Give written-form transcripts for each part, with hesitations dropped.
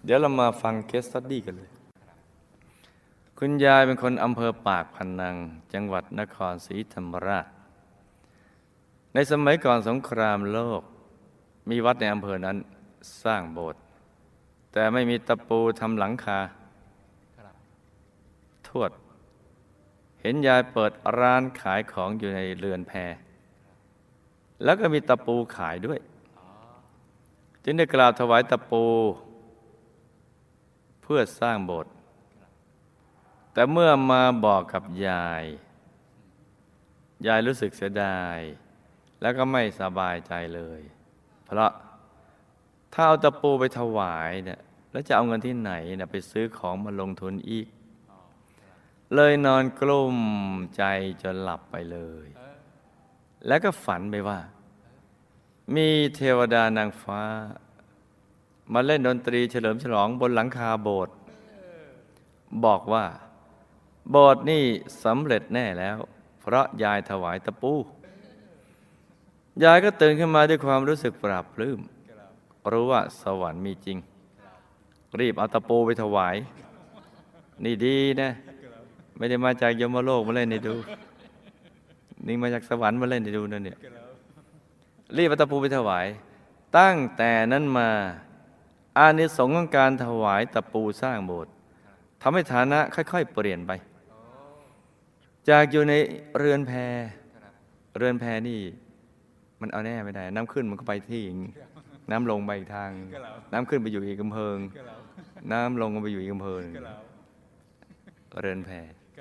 เดี๋ยวเรามาฟังเคสสตัดดี้กันเลยคุณยายเป็นคนอำเภอปากพนังจังหวัดนครศรีธรรมราชในสมัยก่อนสงครามโลกมีวัดในอำเภอนั้นสร้างโบสถ์แต่ไม่มีตะปูทำหลังคาทวดเห็นยายเปิดร้านขายของอยู่ในเรือนแพแล้วก็มีตะปูขายด้วยจึงได้กราบถวายตะปูเพื่อสร้างโบสถ์แต่เมื่อมาบอกกับยายรู้สึกเสียดายแล้วก็ไม่สบายใจเลยเพราะถ้าเอาตะปูไปถวายเนี่ยแล้วจะเอาเงินที่ไหนเนี่ยไปซื้อของมาลงทุนอีกเลยนอนกลุ้มใจจนหลับไปเลยแล้วก็ฝันไปว่ามีเทวดานางฟ้ามาเล่นดนตรีเฉลิมฉลองบนหลังคาโบสถ์บอกว่าโบสถ์นี่สำเร็จแน่แล้วเพราะยายถวายตะปูยายก็ตื่นขึ้นมาด้วยความรู้สึกปลาบปลื้มรู้ว่าสวรรค์มีจริงรีบเอาตะปูไปถวายนี่ดีนะไม่ได้มาจากยมโลกมาเล่นให้ดูนี่มาจากสวรรค์มาเล่นให้ดูนั่นเนี่ยรีบเอาตะปูไปถวายตั้งแต่นั้นมาอานิสงส์ของการถวายตะปูสร้างโบสถ์ทำให้ฐานะค่อยๆเปลี่ยนไปจากอยู่ในเรือนแพนี่มันเอาแน่ไม่ได้น้ำขึ้นมันก็ไปที่อีกน้ำลงไปอีกทางน้ำขึ้นไปอยู่อีกอำเภอน้ำลงก็ไปอยู่อีกอำเภอเรือนแพ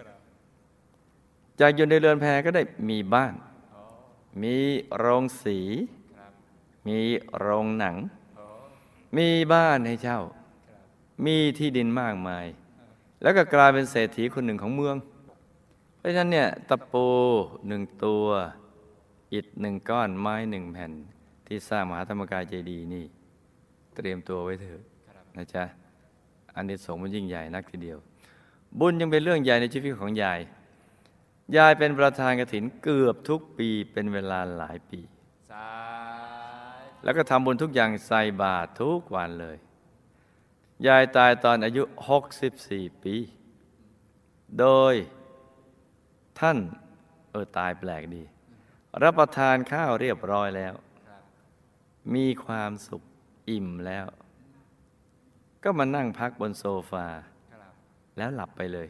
จากอยู่ในเรือนแพก็ได้มีบ้านมีโรงสีมีโรงหนังมีบ้านให้เช่ามีที่ดินมากมายแล้วก็กลายเป็นเศรษฐีคนหนึ่งของเมืองเพราะฉะนั้นเนี่ยตะปู1 ตัวอิฐ1 ก้อนไม้1 แผ่นที่สร้างมหาธรรมกายเจดีย์นี่เตรียมตัวไว้เถอะนะจ๊ะอานิสงส์มันยิ่งใหญ่นักทีเดียวบุญยังเป็นเรื่องใหญ่ในชีวิตของยายเป็นประธานกฐินเกือบทุกปีเป็นเวลาหลายปีแล้วก็ทำบุญทุกอย่างใส่บาตรทุกวันเลยยายตายตอนอายุ64 ปีโดยท่านตายแปลกดีรับประทานข้าวเรียบร้อยแล้วมีความสุขอิ่มแล้วก็มานั่งพักบนโซฟาแล้วหลับไปเลย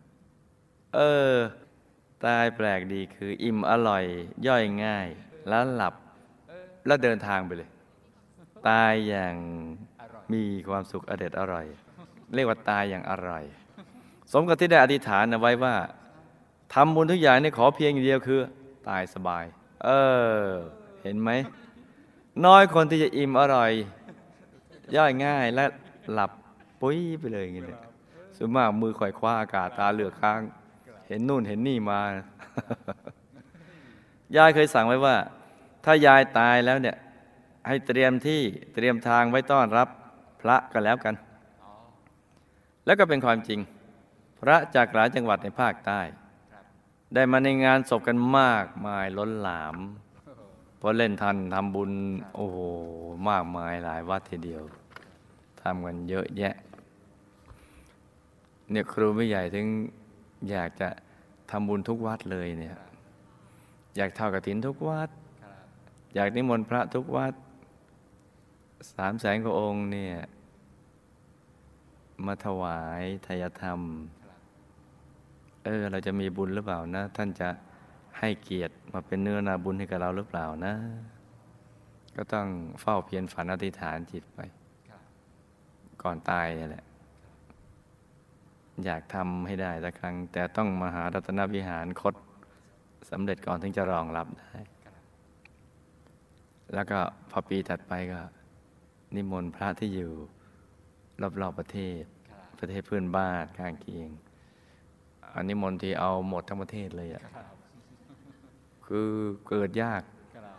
ตายแปลกดีคืออิ่มอร่อยย่อยง่ายแล้วหลับแล้วเดินทางไปเลยตายอย่างมีความสุขอเด็ดอร่อยเรียกว่าตายอย่างอร่อยสมกับที่ได้อธิษฐานเอาไว้ว่าทำบุญทุกอย่างนี่ขอเพียงอย่างเดียวคือตายสบายเห็นไหมน้อยคนที่จะอิ่มอร่อยย่อยง่ายและหลับปุ้ยไปเลยอย่างนี้เลยส่วนมากมือข่อยคว้าอากาศตาเหลือกค้างเห็นนู่นเห็นนี่มา ยายเคยสั่งไว้ว่าถ้ายายตายแล้วเนี่ยให้เตรียมทางไว้ต้อนรับพระกันแล้วกันแล้วก็เป็นความจริงพระจากหลายจังหวัดในภาคใต้ได้มาในงานศพกันมากมายล้นหลามเพราะเล่นทันทำบุญโอ้โหมากมายหลายวัดทีเดียวทำกันเยอะแยะเนี่ยครูไม่ใหญ่ถึงอยากจะทำบุญทุกวัดเลยเนี่ยอยากทอดกฐินทุกวัดอยากนิมนต์พระทุกวัด300,000 กว่าองค์เนี่ยมาถวายทายธรรมเราจะมีบุญหรือเปล่านะท่านจะให้เกียรติมาเป็นเนื้อนาบุญให้กับเราหรือเปล่านะก็ต้องเฝ้าเพียรฝันอธิษฐานจิตไปก่อนตายนี่แหละอยากทำให้ได้สักครั้งแต่ต้องมหารัตนวิหารคตสำเร็จก่อนถึงจะรองรับได้แล้วก็พอปีถัดไปก็นิมนต์พระที่อยู่รอบๆประเทศเพื่อนบ้านข้างเคียงอันนิมนต์ที่เอาหมดทั้งประเทศเลยคือเกิดยาก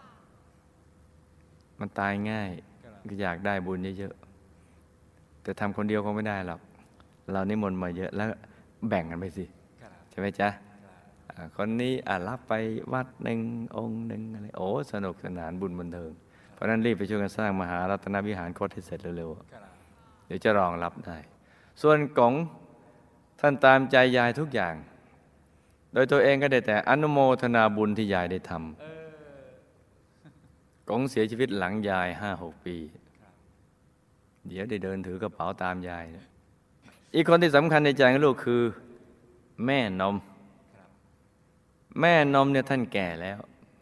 มันตายง่ายก็อยากได้บุญเยอะๆแต่ทำคนเดียวคงไม่ได้หรอกเรานิมนต์มาเยอะแล้วแบ่งกันไปสิใช่ไหมจ๊ะคนนี้รับไปวัด1 องค์อะไรสนุกสนานบุญบันเทิงเพราะนั้นรีบไปช่วยกันสร้างมหารัตนวิหารคตให้เสร็จเร็วเดี๋ยวจะรองรับได้ ส่วนกงท่านตามใจยายทุกอย่าง โดยตัวเองก็ได้แต่อนุโมทนาบุญที่ยายได้ทำกงเสียชีวิตหลังยาย5-6 ปีเดี๋ยวได้เดินถือกระเป๋าตามยายนะอีกคนที่สำคัญในใจของลูกคือแม่นมแม่นมเนี่ยท่านแก่แล้ว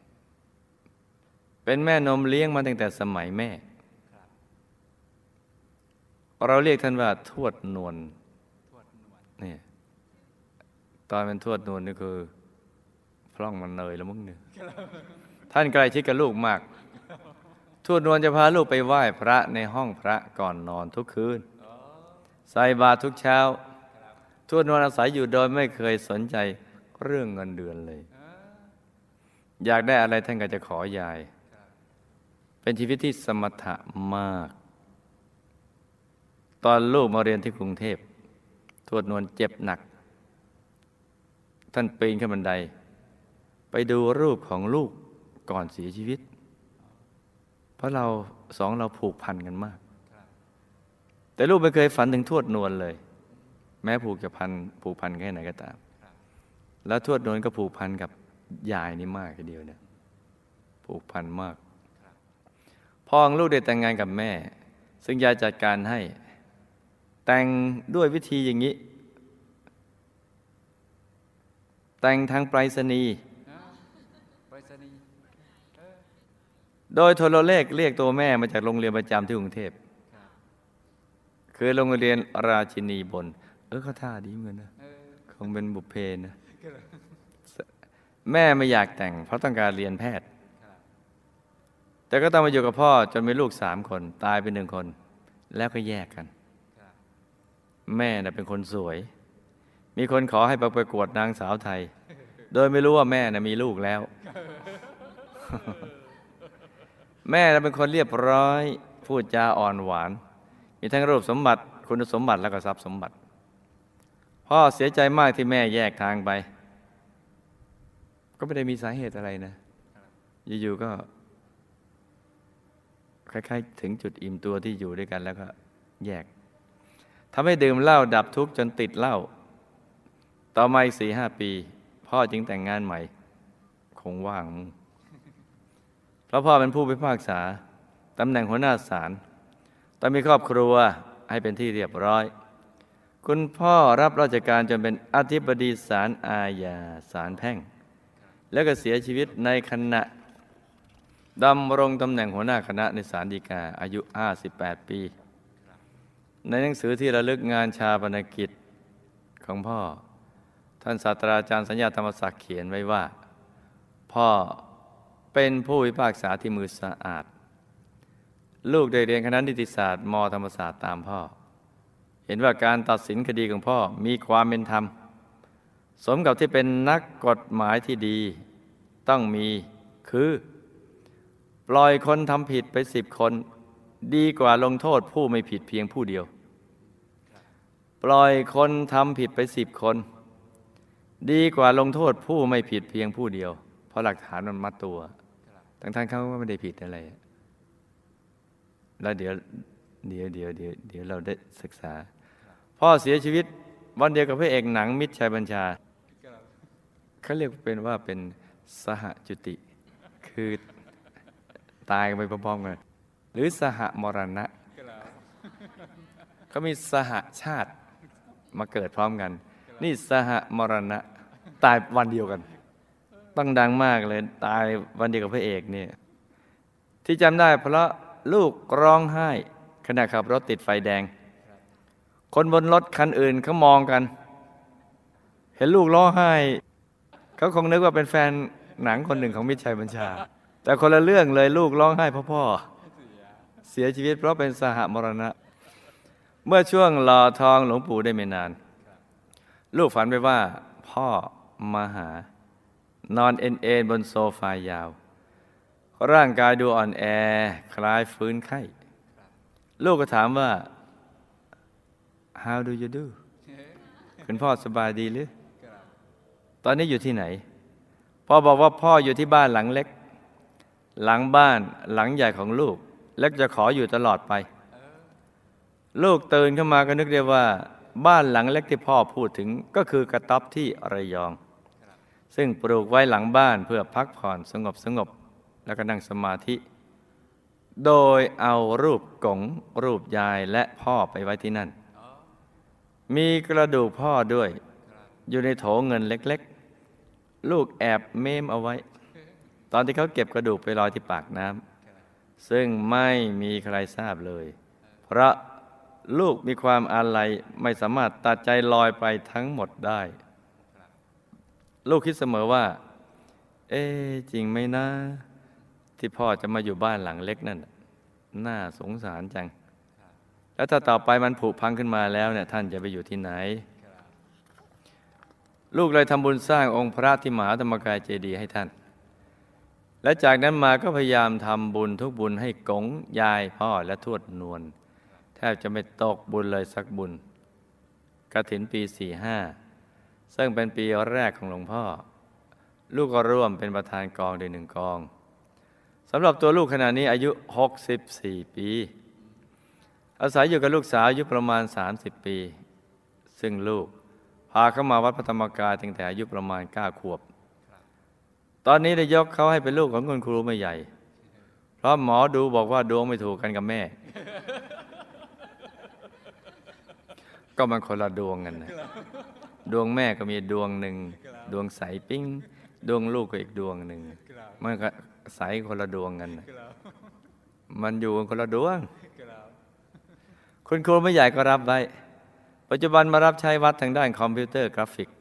เป็นแม่นมเลี้ยงมาตั้งแต่สมัยแม่เราเรียกท่านว่าทวดนวลนี่ตอนเป็นทวดนวลนี่คือพร่องมันเนยแล้วมึงเนี่ยท่านใกล้ชิดกับลูกมากทวดนวลจะพาลูกไปไหว้พระในห้องพระก่อนนอนทุกคืนใส่บาตรทุกเช้าทวดนวลอาศัยอยู่โดยไม่เคยสนใจเรื่องเงินเดือนเลยอยากได้อะไรท่านก็จะขอยายเป็นชีวิตที่สมถะมากตอนลูกมาเรียนที่กรุงเทพทวดนวลเจ็บหนักท่านปีนขึ้นบันไดไปดูรูปของลูกก่อนเสียชีวิตเพราะเราผูกพันกันมากแต่ลูกไม่เคยฝันถึงทวดนวลเลยแม้ผูกพันแค่ไหนก็ตามแล้วทวดนวลก็ผูกพันกับยายนี่มากทีเดียวเนี่ยผูกพันมากพ่อของลูกได้แต่งงานกับแม่ซึ่งยายจัดการให้แต่งด้วยวิธีอย่างนี้แต่งทางไปรษณีย์โดยโทรเลขเรียกตัวแม่มาจากโรงเรียนประจำที่กรุงเทพคือโรงเรียนราชินีบนเขาท่าดีเหมือนกันนะคงเป็นบุพเพนะแม่ไม่อยากแต่งเพราะต้องการเรียนแพทย์แต่ก็ต้องมาอยู่กับพ่อจนมีลูก3 คนตายไป1 คนแล้วก็แยกกันแม่น่ะเป็นคนสวยมีคนขอให้ไปประกวดนางสาวไทยโดยไม่รู้ว่าแม่น่ะมีลูกแล้ว แม่น่ะเป็นคนเรียบร้อยพูดจาอ่อนหวานมีทั้งรูปสมบัติคุณสมบัติแล้วก็ทรัพย์สมบัติพ่อเสียใจมากที่แม่แยกทางไปก็ไม่ได้มีสาเหตุอะไรนะอยู่ๆก็คล้ายๆถึงจุดอิ่มตัวที่อยู่ด้วยกันแล้วก็แยกทำให้ดื่มเหล้าดับทุกข์จนติดเหล้าต่อมาอีก 4-5 ปีพ่อจึงแต่งงานใหม่คงว่างเพราะพ่อเป็นผู้พิพากษาตำแหน่งหัวหน้าศาลต้องมีครอบครัวให้เป็นที่เรียบร้อยคุณพ่อรับราชการจนเป็นอธิบดีศาลอาญาศาลแพ่งแล้วก็เสียชีวิตในขณะดำรงตำแหน่งหัวหน้าคณะในศาลฎีกาอายุ58 ปีในหนังสือที่ระลึกงานชาปนกิจของพ่อท่านศาสตราจารย์สัญญาธรรมศักดิ์เขียนไว้ว่าพ่อเป็นผู้พิพากษาที่มือสะอาดลูกได้เรียนคณะนิติศาสตร์ม.ธรรมศาสตร์ตามพ่อเห็นว่าการตัดสินคดีของพ่อมีความเป็นธรรมสมกับที่เป็นนักกฎหมายที่ดีต้องมีคือปล่อยคนทำผิดไป10 คนดีกว่าลงโทษผู้ไม่ผิดเพียงผู้เดียวปล่อยคนทำผิดไป10 คนดีกว่าลงโทษผู้ไม่ผิดเพียงผู้เดียวเพราะหลักฐานมันมัดตัวทั้งเขาก็ไม่ได้ผิดอะไรแล้วเดี๋ยวเราได้ศึกษาพ่อเสียชีวิตวันเดียวกับพระเอกหนังมิตรชัยบัญชาเขาเรียกเป็นว่าเป็นสหจุติคือตายกันไปพร้อมๆกันหรือสหมรณะเขามีสหชาติมาเกิดพร้อมกันนี่สหมรณะตายวันเดียวกันต้องดังมากเลยตายวันเดียวกับพระเอกเนี่ยที่จำได้เพราะลูกร้องไห้ขณะขับรถติดไฟแดงคนบนรถคันอื่นเขามองกันเห็นลูกร้องไห้เขาคงนึกว่าเป็นแฟนหนังคนหนึ่งของมิตรชัยบัญชาแต่คนละเรื่องเลยลูกร้องไห้เพราะพ่อเสียชีวิตเพราะเป็นสหมรณะเมื่อช่วงหล่อทองหลวงปู่ได้ไม่นานลูกฝันไปว่าพ่อมาหานอนเอ็นบนโซฟายาวร่างกายดูอ่อนแอคล้ายฟื้นไข้ลูกก็ถามว่า How do you do คุณพ่อสบายดีหรือตอนนี้อยู่ที่ไหนพ่อบอกว่าพ่ออยู่ที่บ้านหลังเล็กหลังบ้านหลังใหญ่ของลูกและจะขออยู่ตลอดไปลูกตื่นขึ้นมาก็นึกได้ว่าบ้านหลังเล็กที่พ่อพูดถึงก็คือกระต๊อบที่ระยอง ซึ่งปลูกไว้หลังบ้านเพื่อพักผ่อนสงบแล้วก็นั่งสมาธิ โดยเอารูปกงรูปยายและพ่อไปไว้ที่นั่น มีกระดูกพ่อด้วยอยู่ในโถเงินเล็กๆ ลูกแอบเมมเอาไว้ ตอนที่เขาเก็บกระดูกไปลอยที่ปากน้ำซึ่งไม่มีใครทราบเลย เพราะลูกมีความอาลัยไม่สามารถตัดใจลอยไปทั้งหมดได้ ลูกคิดเสมอว่าจริงไหมนะที่พ่อจะมาอยู่บ้านหลังเล็กนั่นน่าสงสารจัง แล้วถ้าต่อไปมันผุพังขึ้นมาแล้วเนี่ยท่านจะไปอยู่ที่ไหน ลูกเลยทำบุญสร้างองค์พระที่มหาธรรมกายเจดีย์ให้ท่าน และจากนั้นมาก็พยายามทำบุญทุกบุญให้กงยายพ่อและทวดนวลแทบจะไม่ตกบุญเลยสักบุญกฐินปี 45 ซึ่งเป็นปีแรกของหลวงพ่อลูกก็ร่วมเป็นประธานกองโดย1 กองสำหรับตัวลูกขณะนี้อายุ 64 ปี อาศัยอยู่กับลูกสาวอายุประมาณ 30 ปี ซึ่งลูกพาเข้ามาวัดพระธรรมกายตั้งแต่อายุประมาณ 9 ขวบ ตอนนี้ได้ยกเขาให้เป็นลูกของคุณครูไม่ใหญ่ เพราะหมอดูบอกว่าดวงไม่ถูกกันกับแม่ ก็มันคนละดวงกันนะดวงแม่ก็มีดวงหนึ่งดวงใสปิ้งดวงลูกก็อีกดวงหนึ่งมันก็ใสคนละดวงกันนะมันอยู่คนละดวงคุณครูไม่ใหญ่ก็รับไว้ปัจจุบันมารับใช้วัดทางด้านคอมพิวเตอร์กราฟิก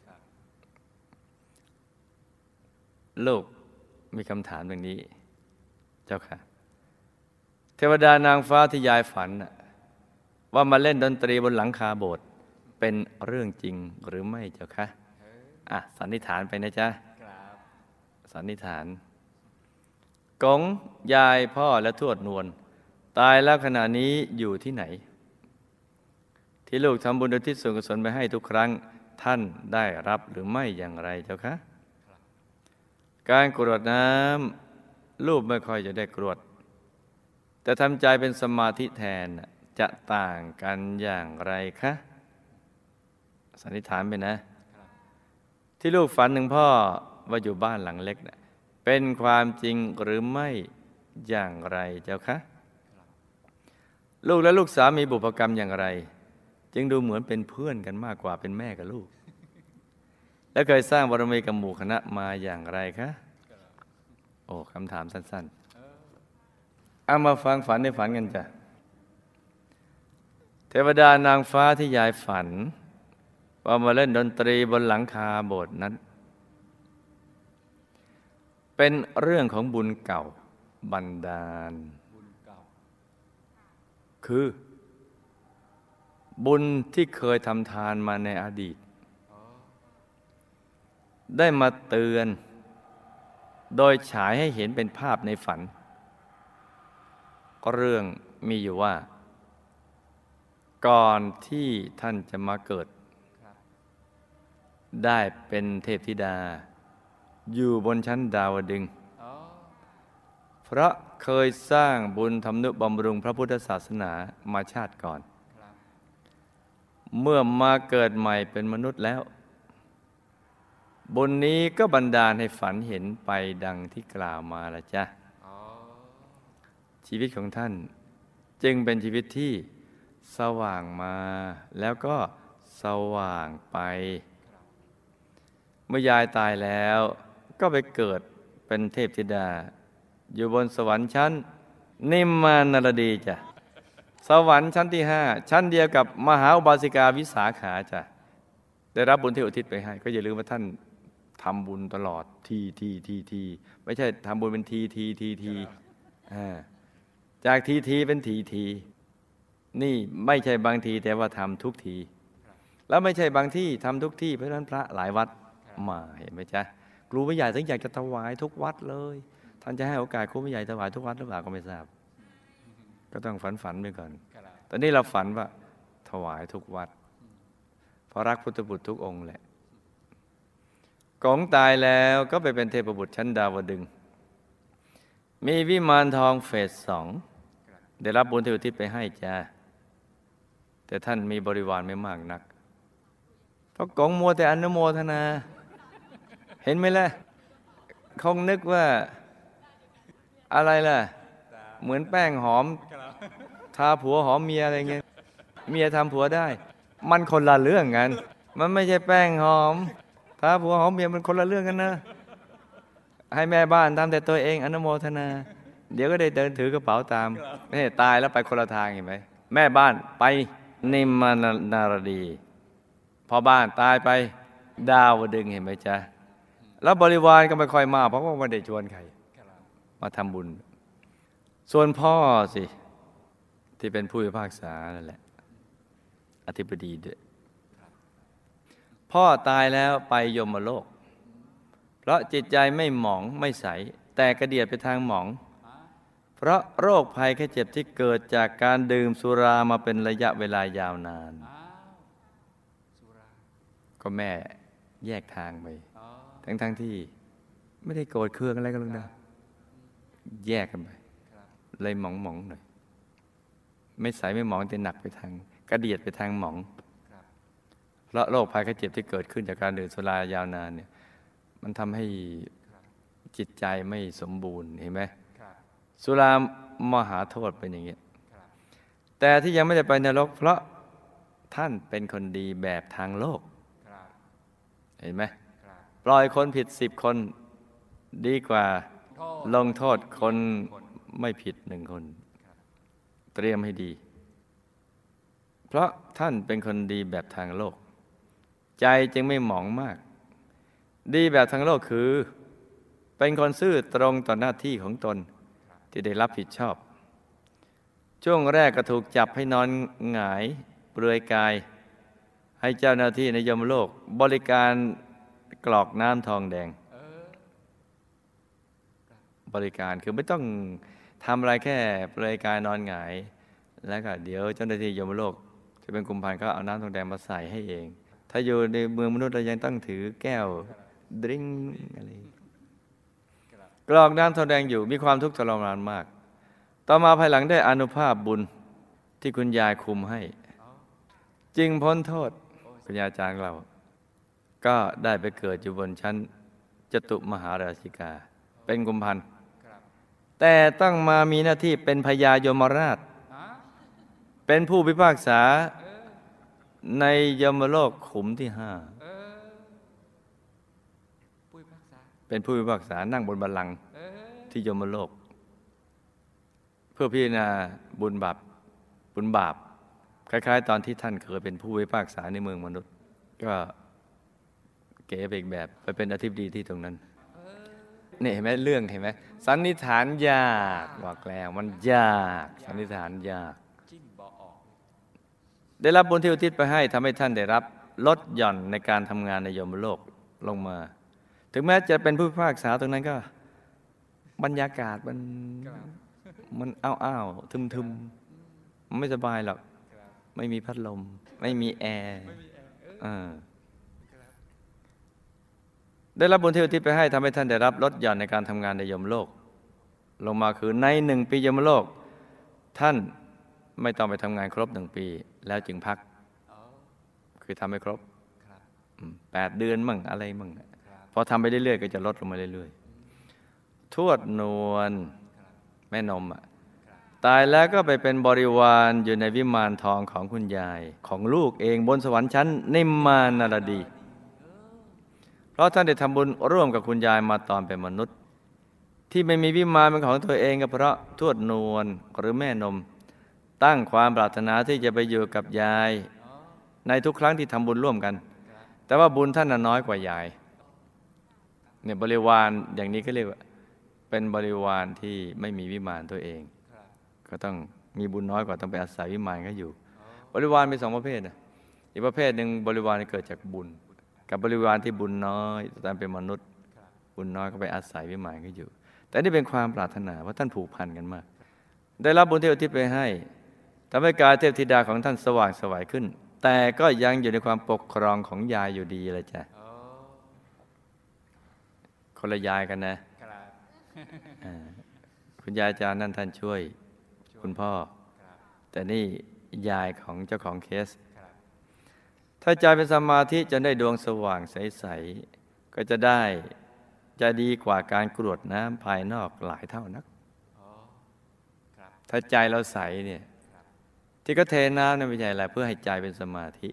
ลูกมีคำถามอย่างนี้เจ้าค่ะเทวดานางฟ้าที่ยายฝันว่ามาเล่นดนตรีบนหลังคาโบสถ์เป็นเรื่องจริงหรือไม่เจ้าคะสันนิษฐานไปนะจ๊ะสันนิษฐานกงยายพ่อและทวดนวลตายแล้วขณะนี้อยู่ที่ไหนที่ลูกทำบุญอุทิศส่วนกุศลไปให้ทุกครั้งท่านได้รับหรือไม่อย่างไรเจ้าคะการกรวดน้ำลูกไม่ค่อยจะได้กรวดแต่ทำใจเป็นสมาธิแทนจะต่างกันอย่างไรคะสันนิษฐานไปนะที่ลูกฝันถึงพ่อว่าอยู่บ้านหลังเล็กเป็นความจริงหรือไม่อย่างไรเจ้าคะลูกและลูกสาวมีบุพกรรมอย่างไรจึงดูเหมือนเป็นเพื่อนกันมากกว่าเป็นแม่กับลูกและเคยสร้างบารมีกับหมู่คณะมาอย่างไรคะโอ้คำถามสั้นๆเอามาฟังฝันในฝันกันจ้ะเทวดานางฟ้าที่ยายฝันว่ามาเล่นดนตรีบนหลังคาโบสถ์นั้นเป็นเรื่องของบุญเก่าบันดาลคือบุญที่เคยทำทานมาในอดีตได้มาเตือนโดยฉายให้เห็นเป็นภาพในฝันเรื่องมีอยู่ว่าก่อนที่ท่านจะมาเกิดได้เป็นเทพธิดาอยู่บนชั้นดาวดึงส์เพราะเคยสร้างบุญทำนุบำรุงพระพุทธศาสนามาชาติก่อนเมื่อมาเกิดใหม่เป็นมนุษย์แล้วบุญนี้ก็บันดาลให้ฝันเห็นไปดังที่กล่าวมาละจ้ะชีวิตของท่านจึงเป็นชีวิตที่สว่างมาแล้วก็สว่างไปเมื่อยายตายแล้วก็ไปเกิดเป็นเทพธิดาอยู่บนสวรรค์ชั้นนิมมานรดีจ้ะสวรรค์ชั้นที่ 5ชั้นเดียวกับมหาอุบาสิกาวิสาขาจ้ะได้รับบุญที่อุทิศไปให้ก็อย่าลืมว่าท่านทำบุญตลอดทีไม่ใช่ทำบุญเป็นทีจากทีเป็นทีนี่ไม่ใช่บางทีแต่ว่าทำทุกทีแล้วไม่ใช่บางที่ทำทุกที่เพราะฉะนั้นพระหลายวัดมาเห็นไหมจ๊ะครูไม่ใหญ่ถึงอยากจะถวายทุกวัดเลยท่านจะให้โอกาสครูไม่ใหญ่ถวายทุกวัดหรือเปล่าก็ไม่ทราบก็ต้องฝันไปก่อนตอนนี้เราฝันว่าถวายทุกวัดเพราะรักพุทธบุตรทุกองค์แหละกงตายแล้วก็ไปเป็นเทพบุตรชั้นดาวดึงส์มีวิมานทองเฟส 2ได้รับบุญที่อุทิศไปให้จ้าแต่ท่านมีบริวารไม่มากนักเพราะกงมัวแต่อนุโมทนาเห็นไหมล่ะคงนึกว่าอะไรล่ะเหมือนแป้งหอมทาผัวหอมเมียอะไรเงี้ยเมียทำผัวได้มันคนละเรื่องกันมันไม่ใช่แป้งหอมทาผัวหอมเมียมันคนละเรื่องกันนะให้แม่บ้านทำแต่ตัวเองอนุโมทนาเดี๋ยวก็ได้เดินถือกระเป๋าตามไม่ตายแล้วไปคนละทางเห็นไหมแม่บ้านไปนิมมานารดีพอบ้านตายไปดาวดึงเห็นไหมจ๊ะแล้วบริวารก็ไม่ค่อยมาเพราะว่าไม่ได้ชวนใครมาทำบุญส่วนพ่อสิที่เป็นผู้พิพากษานั่นแหละอธิบดีด้วยพ่อตายแล้วไปยมโลกเพราะจิตใจไม่หมองไม่ใสแต่กระเดียดไปทางหมองเพราะโรคภัยแค่เจ็บที่เกิดจากการดื่มสุรามาเป็นระยะเวลายาวนานก็แม่แยกทางไปทั้งที่ไม่ได้โกรธเคืองอะไรกันเลยนะแยกกันไปเลยหมองหน่อยไม่ใสไม่หมองแต่หนักไปทางกระเดียดไปทางหมองเพราะโรคภัยแค่เจ็บที่เกิดขึ้นจากการดื่มสุรายาวนานเนี่ยมันทำให้จิตใจไม่สมบูรณ์เห็นไหมสุรามหาโทษเป็นอย่างนี้แต่ที่ยังไม่ได้ไปนรกเพราะท่านเป็นคนดีแบบทางโลกเห็นไหมปล่อยคนผิด10 คนดีกว่าลงโทษคนไม่ผิด1 คนเตรียมให้ดีเพราะท่านเป็นคนดีแบบทางโลกใจจึงไม่หมองมากดีแบบทางโลกคือเป็นคนซื่อตรงต่อหน้าที่ของตนที่ได้รับผิดชอบช่วงแรกก็ถูกจับให้นอนหงายเปลือยกายให้เจ้าหน้าที่ในยมโลกบริการกรอกน้ำทองแดงบริการคือไม่ต้องทำอะไรแค่เปลือยกายนอนหงายแล้วก็เดี๋ยวเจ้าหน้าที่ยมโลกจะเป็นกุมภานก็เอาน้ำทองแดงมาใส่ให้เองถ้าอยู่ในเมืองมนุษย์เรายังต้องถือแก้วดริงอะไรกรอกน้ำทองแดงอยู่มีความทุกข์ทรมานมากต่อมาภายหลังได้อานุภาพบุญที่คุณยายคุมให้จึงพ้นโทษคุณยายอาจารย์เราก็ได้ไปเกิดอยู่บนชั้นจตุมหาราชิกาเป็นกุมภานแต่ต้องมามีหน้าที่เป็นพญายมราชเป็นผู้พิพากษาในยมโลกขุมที่5เป็นผู้พิพากษานั่งบนบัลลังก์ที่ยมโลกเพื่อพิจารณาบุญบาปคล้ายๆตอนที่ท่านเคยเป็นผู้พิพากษาในเมืองมนุษย์ก็เก๋ไปอีกแบบไปเป็นอธิบดีที่ตรงนั้นนี่เห็นไหมเรื่องเห็นไหมสันนิษฐานยากบอกแล้วมันยากสันนิษฐานยากได้รับบุญที่อุทิศไปให้ทำให้ท่านได้รับลดหย่อนในการทำงานในยมโลกลงมาถึงแม้จะเป็นผู้พิพากษาตรงนั้นก็บรรยากาศมันอ้าวทึมมันไม่สบายหรอกไม่มีพัดลมไม่มีแอร์ได้รับบุญที่อุทิศไปให้ทำให้ท่านได้รับลดหย่อนในการทำงานในยมโลกลงมาคือใน1 ปียมโลกท่านไม่ต้องไปทำงานครบ1 ปีแล้วจึงพักคือทำให้ครบ8 เดือนมั่งอะไรมั่งพอทำไปเรื่อยๆก็จะลดลงมาเรื่อยๆทวดนวลแม่นมตายแล้วก็ไปเป็นบริวารอยู่ในวิมานทองของคุณยายของลูกเองบนสวรรค์ชั้นนิมมานารดีเพราะท่านได้ทำบุญร่วมกับคุณยายมาตอนเป็นมนุษย์ที่ไม่มีวิมานเป็นของตัวเองก็เพราะทวดนวลหรือแม่นมตั้งความปรารถนาที่จะไปอยู่กับยายในทุกครั้งที่ทำบุญร่วมกันแต่ว่าบุญท่านน้อยกว่ายายเนี่ยบริวารอย่างนี้ก็เรียกว่าเป็นบริวารที่ไม่มีวิมานตัวเองก็ต้องมีบุญน้อยกว่าต้องไปอาศัยวิมานเขาอยู่บริวารมี2 ประเภทนะอีกประเภทหนึ่งบริวารที่เกิดจากบุญกับบริวารที่บุญน้อยตอนเป็นมนุษย์บุญน้อยก็ไปอาศัยวิมานเขาอยู่แต่นี่เป็นความปรารถนาเพราะท่านผูกพันกันมากได้รับบุญที่อุทิศไปให้ทำให้กายเทพธิดาของท่านสว่างไสวขึ้นแต่ก็ยังอยู่ในความปกครองของยายอยู่ดีเลยจ้ะคนละยายกันนะคุณยายอาจารย์นั่นท่านช่วยคุณพ่อแต่นี่ยายของเจ้าของเคสถ้าใจเป็นสมาธิจนได้ดวงสว่างใสๆก็จะดีกว่าการกรวดน้ำภายนอกหลายเท่านักถ้าใจเราใสเนี่ยที่ก็เทน้ำนั่นไม่ใช่อะไรเพื่อให้ใจเป็นสมาธิ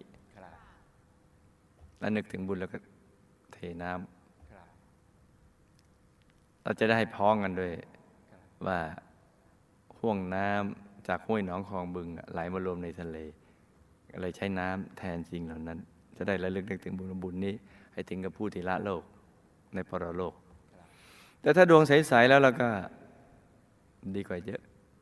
แล้วนึกถึงบุญแล้วก็เทน้ำเราจะได้พ้องกันด้วยว่าห่วงน้ำจากห้วยหนองคลองบึงไหลมารวมในทะเลเลยใช้น้ำแทนสิ่งเหล่านั้นจะได้ระลึกนึกถึงบุญนี้ให้ถึงกับผู้ที่ละโลกในปรโลกแต่ถ้าดวงใสๆแล้วเราก็ดีกว่าเยอะ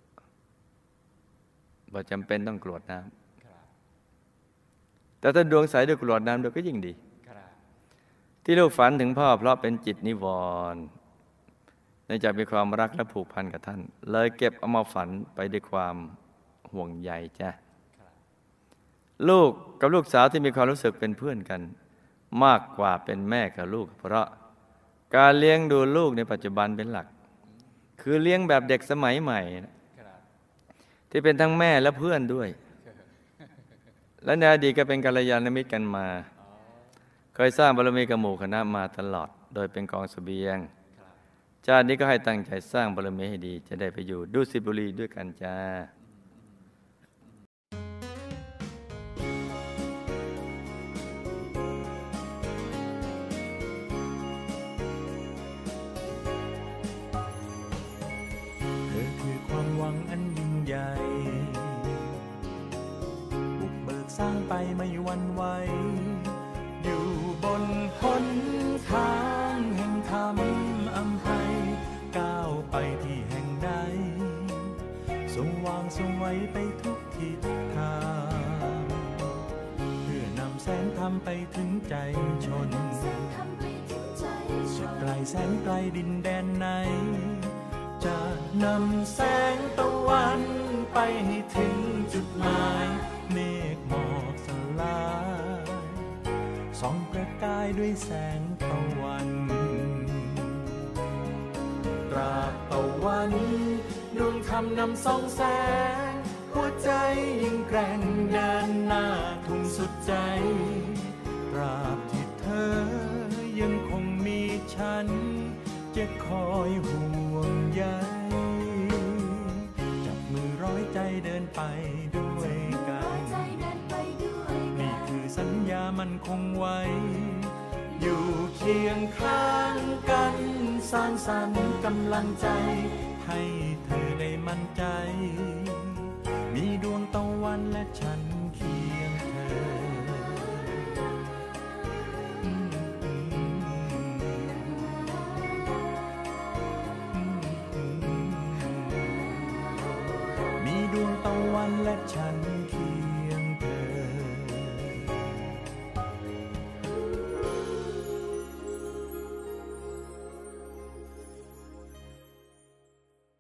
บ่จำเป็นต้องกรวดน้ำแต่ถ้าดวงใสด้วยกรวดน้ำด้วยก็ยิ่งดีที่ลูกฝันถึงพ่อเพราะเป็นจิตนิวรณ์เนื่องจากมีความรักและผูกพันกับท่านเลยเก็บเอามาฝันไปด้วยความห่วงใยจ้ะลูกกับลูกสาวที่มีความรู้สึกเป็นเพื่อนกันมากกว่าเป็นแม่กับลูกเพราะการเลี้ยงดูลูกในปัจจุบันเป็นหลักคือเลี้ยงแบบเด็กสมัยใหม่ที่เป็นทั้งแม่และเพื่อนด้วยและในอดีตก็เป็นกัลยาณมิตรกันมาเคยสร้างบารมีกับหมู่คณะมาตลอดโดยเป็นกองเสบียงชาตินี้ก็ให้ตั้งใจสร้างบารมีให้ดีจะได้ไปอยู่ดุสิตบุรีด้วยกันจ้าบุกเบิกสร้างไปไม่หวั่นไหวอยู่บนหนทางแห่งธรรมอำไพก้าวไปที่แห่งใดทรงวางทรงไว้ไปทุกทิศทางเพื่อนำแสงธรรมไปถึงใจชนสุดไกลแสนไกลดินแดนไหนจะนำแสงตะวันไปให้ถึงจุดหมายเมฆหมอกสลายส่องประกายด้วยแสงตะวันตราบตะวันดวงธรรมนำส่องแสงหัวใจยิ่งแกร่งเดินหน้าทุ่งสุดใจตราบที่เธอยังคงมีฉันจะคอยห่วงใยจับมือร้อยใจเดินไปด้วยกันนี่คือสัญญามันคงไว้อยู่เคียงข้างกันสร้างสรรค์กำลังใจให้เธอได้มั่นใจมีดวงตะวันและฉันเคียงเธอดวงตะวันและฉัน